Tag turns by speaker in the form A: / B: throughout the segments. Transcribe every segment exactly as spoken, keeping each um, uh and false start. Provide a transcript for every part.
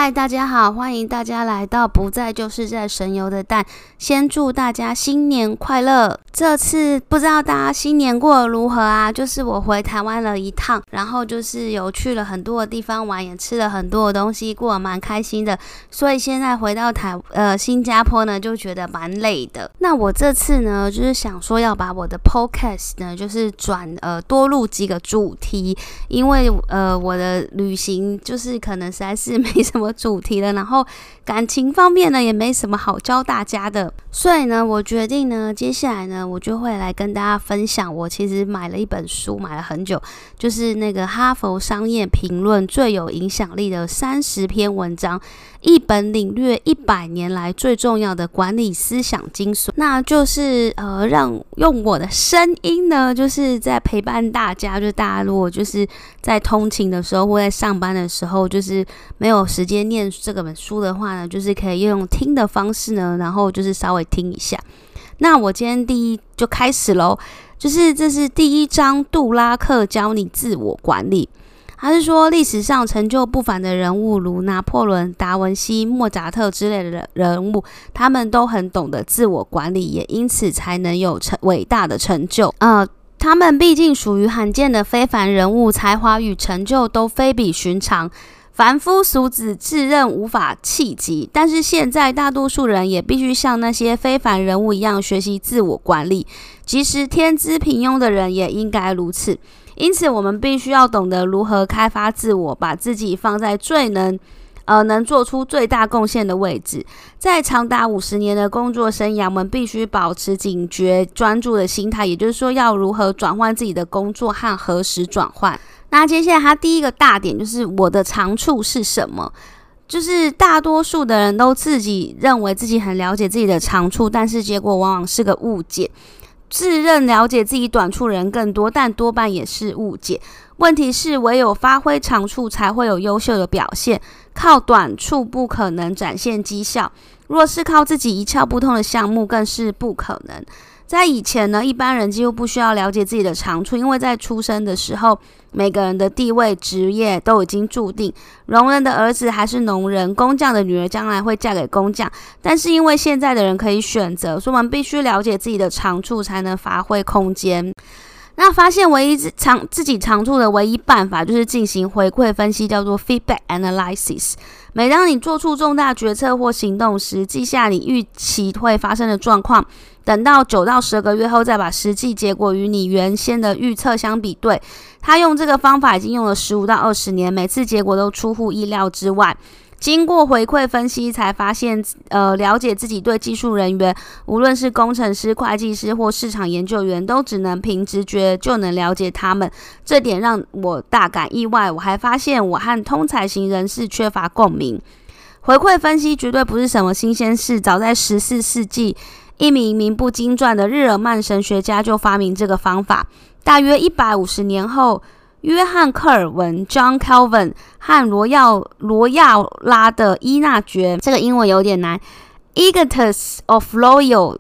A: 嗨，大家好，欢迎大家来到不在就是在神游的蛋。先祝大家新年快乐！这次不知道大家新年过得如何啊？就是我回台湾了一趟，然后就是有去了很多的地方玩，也吃了很多的东西，过得蛮开心的。所以现在回到台呃新加坡呢，就觉得蛮累的。那我这次呢，就是想说要把我的 podcast 呢，就是转呃多录几个主题，因为呃我的旅行就是可能实在是没什么主题了，然后感情方面呢也没什么好教大家的，所以呢我决定呢接下来呢我就会来跟大家分享，我其实买了一本书，买了很久，就是那个哈佛商业评论最有影响力的三十篇文章，一本领略一百年来最重要的管理思想精髓。那就是呃让用我的声音呢，就是在陪伴大家，就大家如果就是在通勤的时候或在上班的时候，就是没有时间念这本书的话呢，就是可以用听的方式呢，然后就是稍微听一下。那我今天第一就开始咯，就是这是第一章，杜拉克教你自我管理。他是说历史上成就不凡的人物，如拿破仑、达文西、莫扎特之类的人物，他们都很懂得自我管理，也因此才能有成伟大的成就。呃他们毕竟属于罕见的非凡人物，才华与成就都非比寻常，凡夫俗子自认无法企及，但是现在大多数人也必须像那些非凡人物一样学习自我管理，即使天资平庸的人也应该如此。因此我们必须要懂得如何开发自我，把自己放在最能呃能做出最大贡献的位置。在长达五十年的工作生涯，我们必须保持警觉专注的心态，也就是说要如何转换自己的工作和何时转换。那接下来他第一个大点就是我的长处是什么，就是大多数的人都自己认为自己很了解自己的长处，但是结果往往是个误解。自认了解自己短处的人更多，但多半也是误解。问题是唯有发挥长处才会有优秀的表现，靠短处不可能展现绩效，若是靠自己一窍不通的项目更是不可能。在以前呢，一般人几乎不需要了解自己的长处，因为在出生的时候，每个人的地位、职业都已经注定。农人的儿子还是农人，工匠的女儿将来会嫁给工匠。但是因为现在的人可以选择，所以我们必须了解自己的长处，才能发挥空间。那发现唯一长自己长处的唯一办法，就是进行回馈分析，叫做 feedback analysis。每当你做出重大决策或行动时，记下你预期会发生的状况，等到九到十个月后，再把实际结果与你原先的预测相比对。他用这个方法已经用了十五到二十年，每次结果都出乎意料之外。经过回馈分析，才发现，呃，了解自己对技术人员，无论是工程师、会计师或市场研究员，都只能凭直觉就能了解他们。这点让我大感意外。我还发现我和通才型人士缺乏共鸣。回馈分析绝对不是什么新鲜事，早在十四世纪，一名名不经传的日耳曼神学家就发明这个方法。大约一百五十年后，约翰·科尔文 （John Calvin） 和罗耀罗亚拉的伊纳爵，这个英文有点难 ，Ignatius of Loyola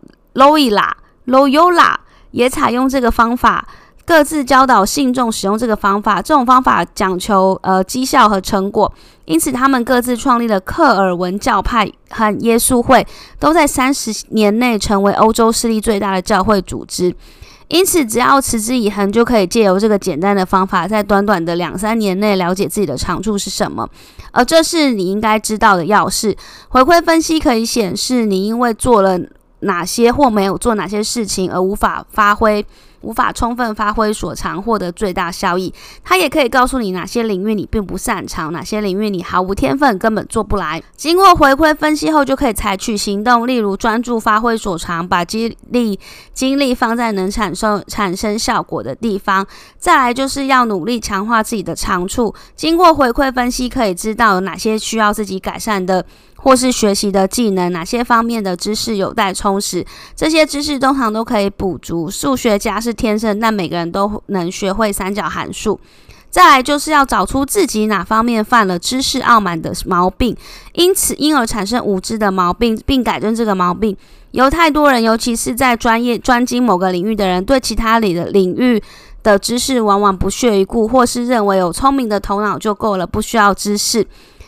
A: Loyola 也采用这个方法，各自教导信众使用这个方法。这种方法讲求呃绩效和成果，因此他们各自创立了克尔文教派和耶稣会，都在三十年内成为欧洲势力最大的教会组织。因此只要持之以恒，就可以借由这个简单的方法，在短短的两三年内了解自己的长处是什么，而这是你应该知道的要事。回馈分析可以显示你因为做了哪些或没有做哪些事情而无法发挥无法充分发挥所长，获得最大效益。它也可以告诉你哪些领域你并不擅长，哪些领域你毫无天分，根本做不来。经过回馈分析后，就可以采取行动，例如专注发挥所长，把精力精力放在能产生产生效果的地方。再来就是要努力强化自己的长处。经过回馈分析，可以知道有哪些需要自己改善的或是学习的技能，哪些方面的知识有待充实。这些知识通常都可以补足。数学家是天生，但每个人都能学会三角函数。再来就是要找出自己哪方面犯了知识傲慢的毛病，因此因而产生无知的毛病，并改正这个毛病。有太多人，尤其是在专业专精某个领域的人，对其他里的领域的知识往往不屑一顾，或是认为有聪明的头脑就够了，不需要知识。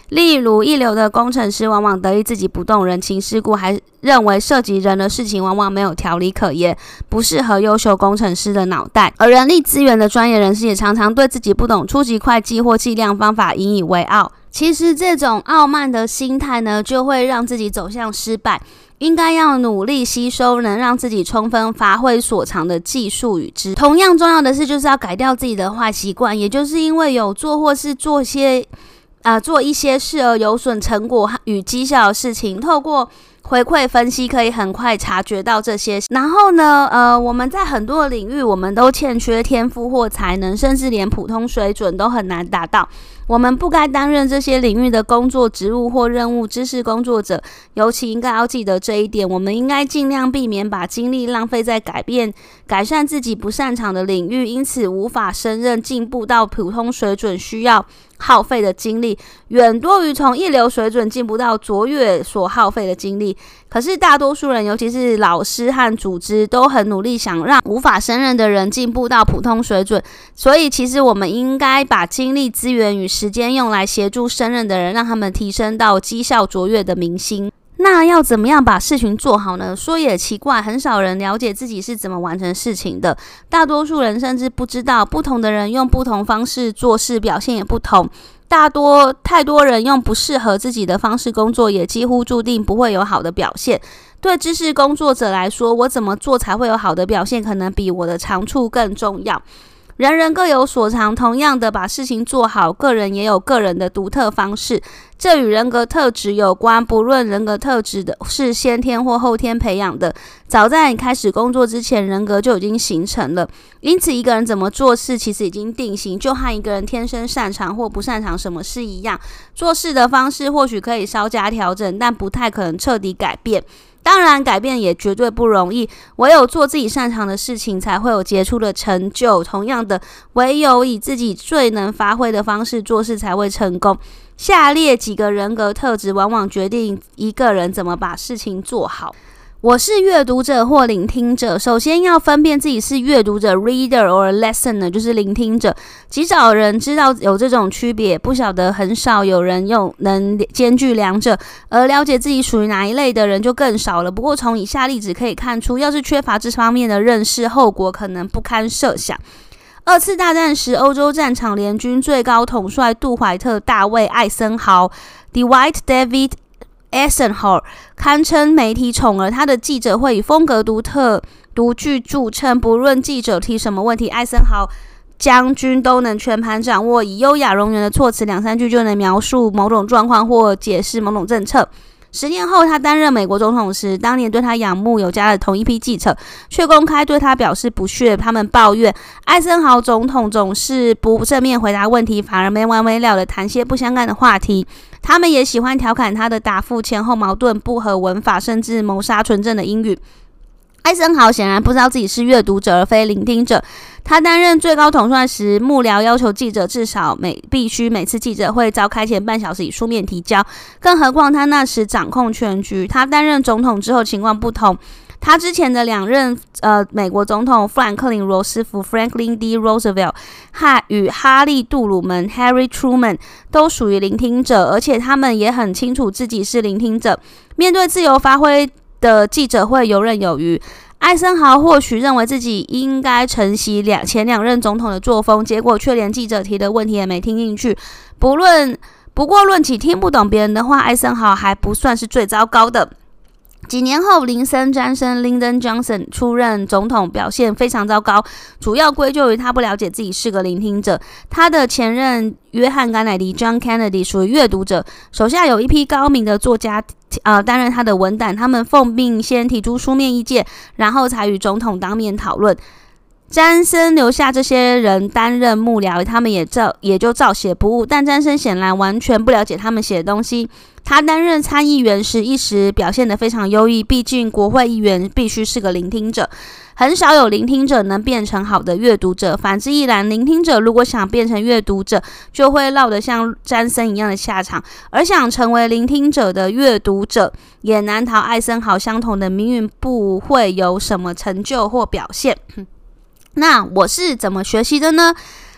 A: 例如一流的工程师往往得意自己不动人情世故，还认为涉及人的事情往往没有条理可言，不适合优秀工程师的脑袋。而人力资源的专业人士也常常对自己不懂初级会计或计量方法引以为傲。其实这种傲慢的心态呢，就会让自己走向失败。应该要努力吸收能让自己充分发挥所长的技术与知。同样重要的是，就是要改掉自己的坏习惯，也就是因为有做或是做些呃做一些事而有损成果与绩效的事情，透过回馈分析可以很快察觉到这些。然后呢呃我们在很多领域我们都欠缺天赋或才能，甚至连普通水准都很难达到。我们不该担任这些领域的工作职务或任务，知识工作者尤其应该要记得这一点。我们应该尽量避免把精力浪费在改变改善自己不擅长的领域，因此无法胜任进步到普通水准需要耗费的精力，远多于从一流水准进步到卓越所耗费的精力。可是大多数人，尤其是老师和组织，都很努力想让无法胜任的人进步到普通水准，所以其实我们应该把精力资源与时间用来协助胜任的人，让他们提升到绩效卓越的明星。那要怎么样把事情做好呢？说也奇怪，很少人了解自己是怎么完成事情的，大多数人甚至不知道不同的人用不同方式做事，表现也不同。大多太多人用不适合自己的方式工作，也几乎注定不会有好的表现。对知识工作者来说，我怎么做才会有好的表现，可能比我的长处更重要。人人各有所长，同样的把事情做好，个人也有个人的独特方式，这与人格特质有关。不论人格特质的是先天或后天培养的，早在你开始工作之前，人格就已经形成了。因此一个人怎么做事其实已经定型，就和一个人天生擅长或不擅长什么事一样。做事的方式或许可以稍加调整，但不太可能彻底改变。当然改变也绝对不容易，唯有做自己擅长的事情才会有杰出的成就。同样的，唯有以自己最能发挥的方式做事才会成功。下列几个人格特质往往决定一个人怎么把事情做好。我是阅读者或聆听者，首先要分辨自己是阅读者 reader or listener， 就是聆听者。极少人知道有这种区别，不晓得很少有人用能兼具两者，而了解自己属于哪一类的人就更少了。不过从以下例子可以看出，要是缺乏这方面的认识，后果可能不堪设想。二次大战时，欧洲战场联军最高统帅杜怀特·大卫·艾森豪 （Dwight David Eisenhower） 堪称媒体宠儿，他的记者会以风格独特、独具著称，不论记者提什么问题，艾森豪将军都能全盘掌握，以优雅容圆的措辞，两三句就能描述某种状况或解释某种政策。十年后，他担任美国总统时，当年对他仰慕有加的同一批记者却公开对他表示不屑。他们抱怨艾森豪总统总是不正面回答问题，反而没完没了的谈些不相干的话题。他们也喜欢调侃他的答复前后矛盾、不合文法，甚至谋杀纯正的英语。艾森豪显然不知道自己是阅读者而非聆听者。他担任最高统帅时，幕僚要求记者至少每必须每次记者会召开前半小时以书面提交，更何况他那时掌控全局。他担任总统之后情况不同，他之前的两任呃美国总统富兰克林·罗斯福 （Franklin D. Roosevelt） 和与哈利·杜鲁门 （Harry Truman） 都属于聆听者，而且他们也很清楚自己是聆听者。面对自由发挥的记者会游刃有余。艾森豪或许认为自己应该承袭两前两任总统的作风，结果却连记者提的问题也没听进去。不论不过论起听不懂别人的话，艾森豪还不算是最糟糕的。几年后，林森·詹森 （Lyndon Johnson） 出任总统，表现非常糟糕，主要归咎于他不了解自己是个聆听者。他的前任约翰·甘乃迪 （John Kennedy） 属于阅读者，手下有一批高明的作家，呃，担任他的文胆。他们奉命先提出书面意见，然后才与总统当面讨论。詹森留下这些人担任幕僚，他们也照也就照写不误，但詹森显然完全不了解他们写的东西。他担任参议员时一时表现得非常优异，毕竟国会议员必须是个聆听者，很少有聆听者能变成好的阅读者。反之亦然，聆听者如果想变成阅读者，就会落得像詹森一样的下场，而想成为聆听者的阅读者，也难逃艾森豪相同的命运，不会有什么成就或表现。那我是怎么学习的呢？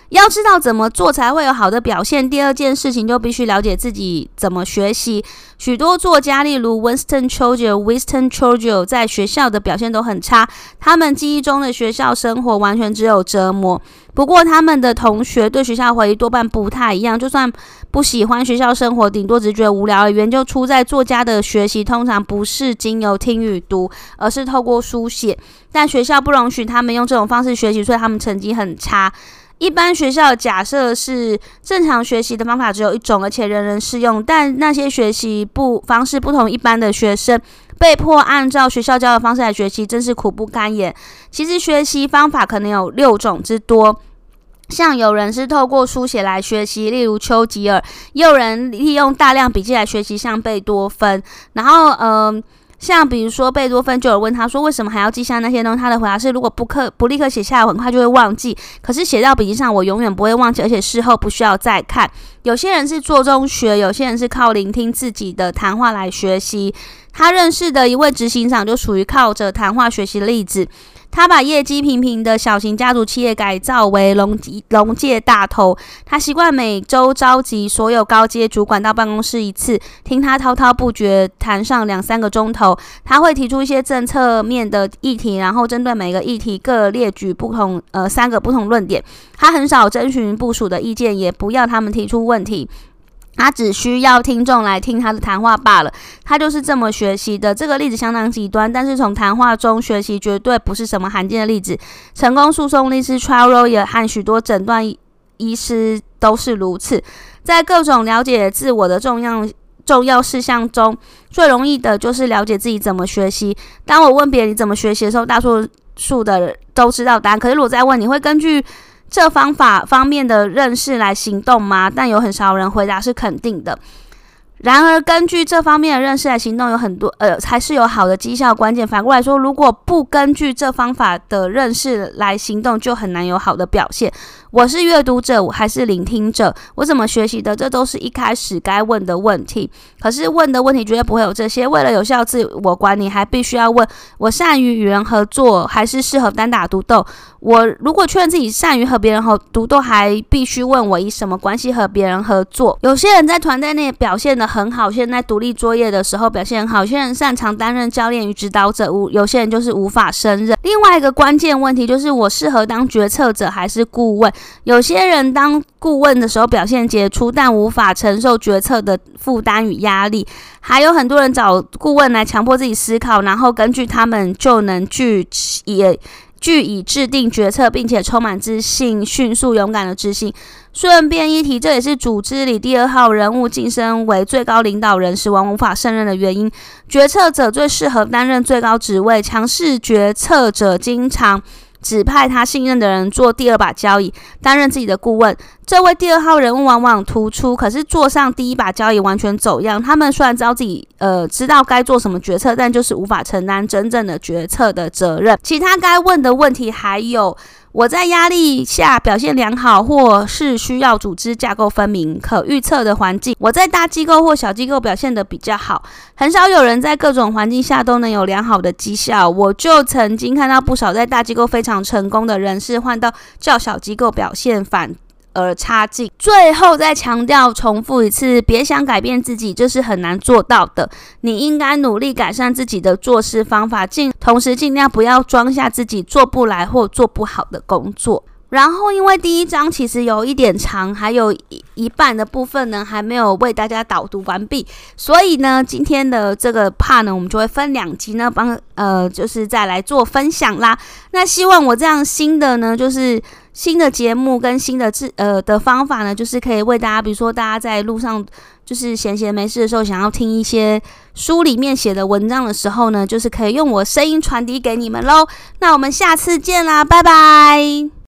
A: 要知道怎么做才会有好的表现。第二件事情就必须了解自己怎么学习。许多作家，例如 Winston Churchill、Winston Churchill 在学校的表现都很差，他们记忆中的学校生活完全只有折磨。不过他们的同学对学校回忆多半不太一样，就算不喜欢学校生活，顶多只是觉得无聊而已。原就出在作家的学习通常不是经由听与读，而是透过书写，但学校不容许他们用这种方式学习，所以他们成绩很差。一般学校假设是正常学习的方法只有一种，而且人人适用，但那些学习不方式不同一般的学生被迫按照学校教的方式来学习，真是苦不堪言。其实学习方法可能有六种之多，像有人是透过书写来学习，例如丘吉尔，也有人利用大量笔记来学习，像贝多芬。然后呃像比如说贝多芬就有问他说为什么还要记下那些东西，他的回答是如果不刻不立刻写下来，我很快就会忘记，可是写到笔记上我永远不会忘记，而且事后不需要再看。有些人是做中学，有些人是靠聆听自己的谈话来学习。他认识的一位执行长就属于靠着谈话学习的例子，他把业绩平平的小型家族企业改造为龙龙界大头。他习惯每周召集所有高阶主管到办公室一次，听他滔滔不绝谈上两三个钟头。他会提出一些政策面的议题，然后针对每个议题各列举不同呃三个不同论点。他很少征询部属的意见，也不要他们提出问题。他只需要听众来听他的谈话罢了，他就是这么学习的。这个例子相当极端，但是从谈话中学习绝对不是什么罕见的例子。成功诉讼律师 Trial Lawyer 和许多诊断医师都是如此。在各种了解自我的重要重要事项中，最容易的就是了解自己怎么学习。当我问别人你怎么学习的时候，大多数的人都知道答案，可是如果再问你会根据这方法方面的认识来行动吗？但有很少人回答是肯定的。然而根据这方面的认识来行动有很多呃，还是有好的绩效关键。反过来说，如果不根据这方法的认识来行动，就很难有好的表现。我是阅读者，我还是聆听者？我怎么学习的？这都是一开始该问的问题。可是问的问题绝对不会有这些。为了有效自我管理，还必须要问：我善于与人合作，还是适合单打独斗？我如果确认自己善于和别人合独斗，还必须问我以什么关系和别人合作。有些人在团队内表现得很好，有些人在独立作业的时候表现很好，有些人擅长担任教练与指导者，有些人就是无法胜任。另外一个关键问题就是我适合当决策者还是顾问？有些人当顾问的时候表现杰出，但无法承受决策的负担与压力。还有很多人找顾问来强迫自己思考，然后根据他们就能具也据以制定决策，并且充满自信，迅速勇敢的执行。顺便一提，这也是组织里第二号人物晋升为最高领导人时往往无法胜任的原因。决策者最适合担任最高职位，强势决策者经常指派他信任的人做第二把交椅，担任自己的顾问。这位第二号人物往往突出，可是坐上第一把交椅完全走样。他们虽然知道自己呃知道该做什么决策，但就是无法承担真正的决策的责任。其他该问的问题还有：我在压力下表现良好，或是需要组织架构分明、可预测的环境？我在大机构或小机构表现得比较好。很少有人在各种环境下都能有良好的绩效。我就曾经看到不少在大机构非常成功的人士，换到较小机构表现反而差劲。最后再强调重复一次，别想改变自己，这是很难做到的。你应该努力改善自己的做事方法，尽同时尽量不要装下自己做不来或做不好的工作。然后因为第一章其实有一点长，还有一半的部分呢还没有为大家导读完毕，所以呢今天的这个 part 呢我们就会分两集呢帮呃就是再来做分享啦。那希望我这样新的呢就是新的节目跟新的制呃的方法呢，就是可以为大家，比如说大家在路上就是闲闲没事的时候，想要听一些书里面写的文章的时候呢，就是可以用我声音传递给你们咯。那我们下次见啦，拜拜。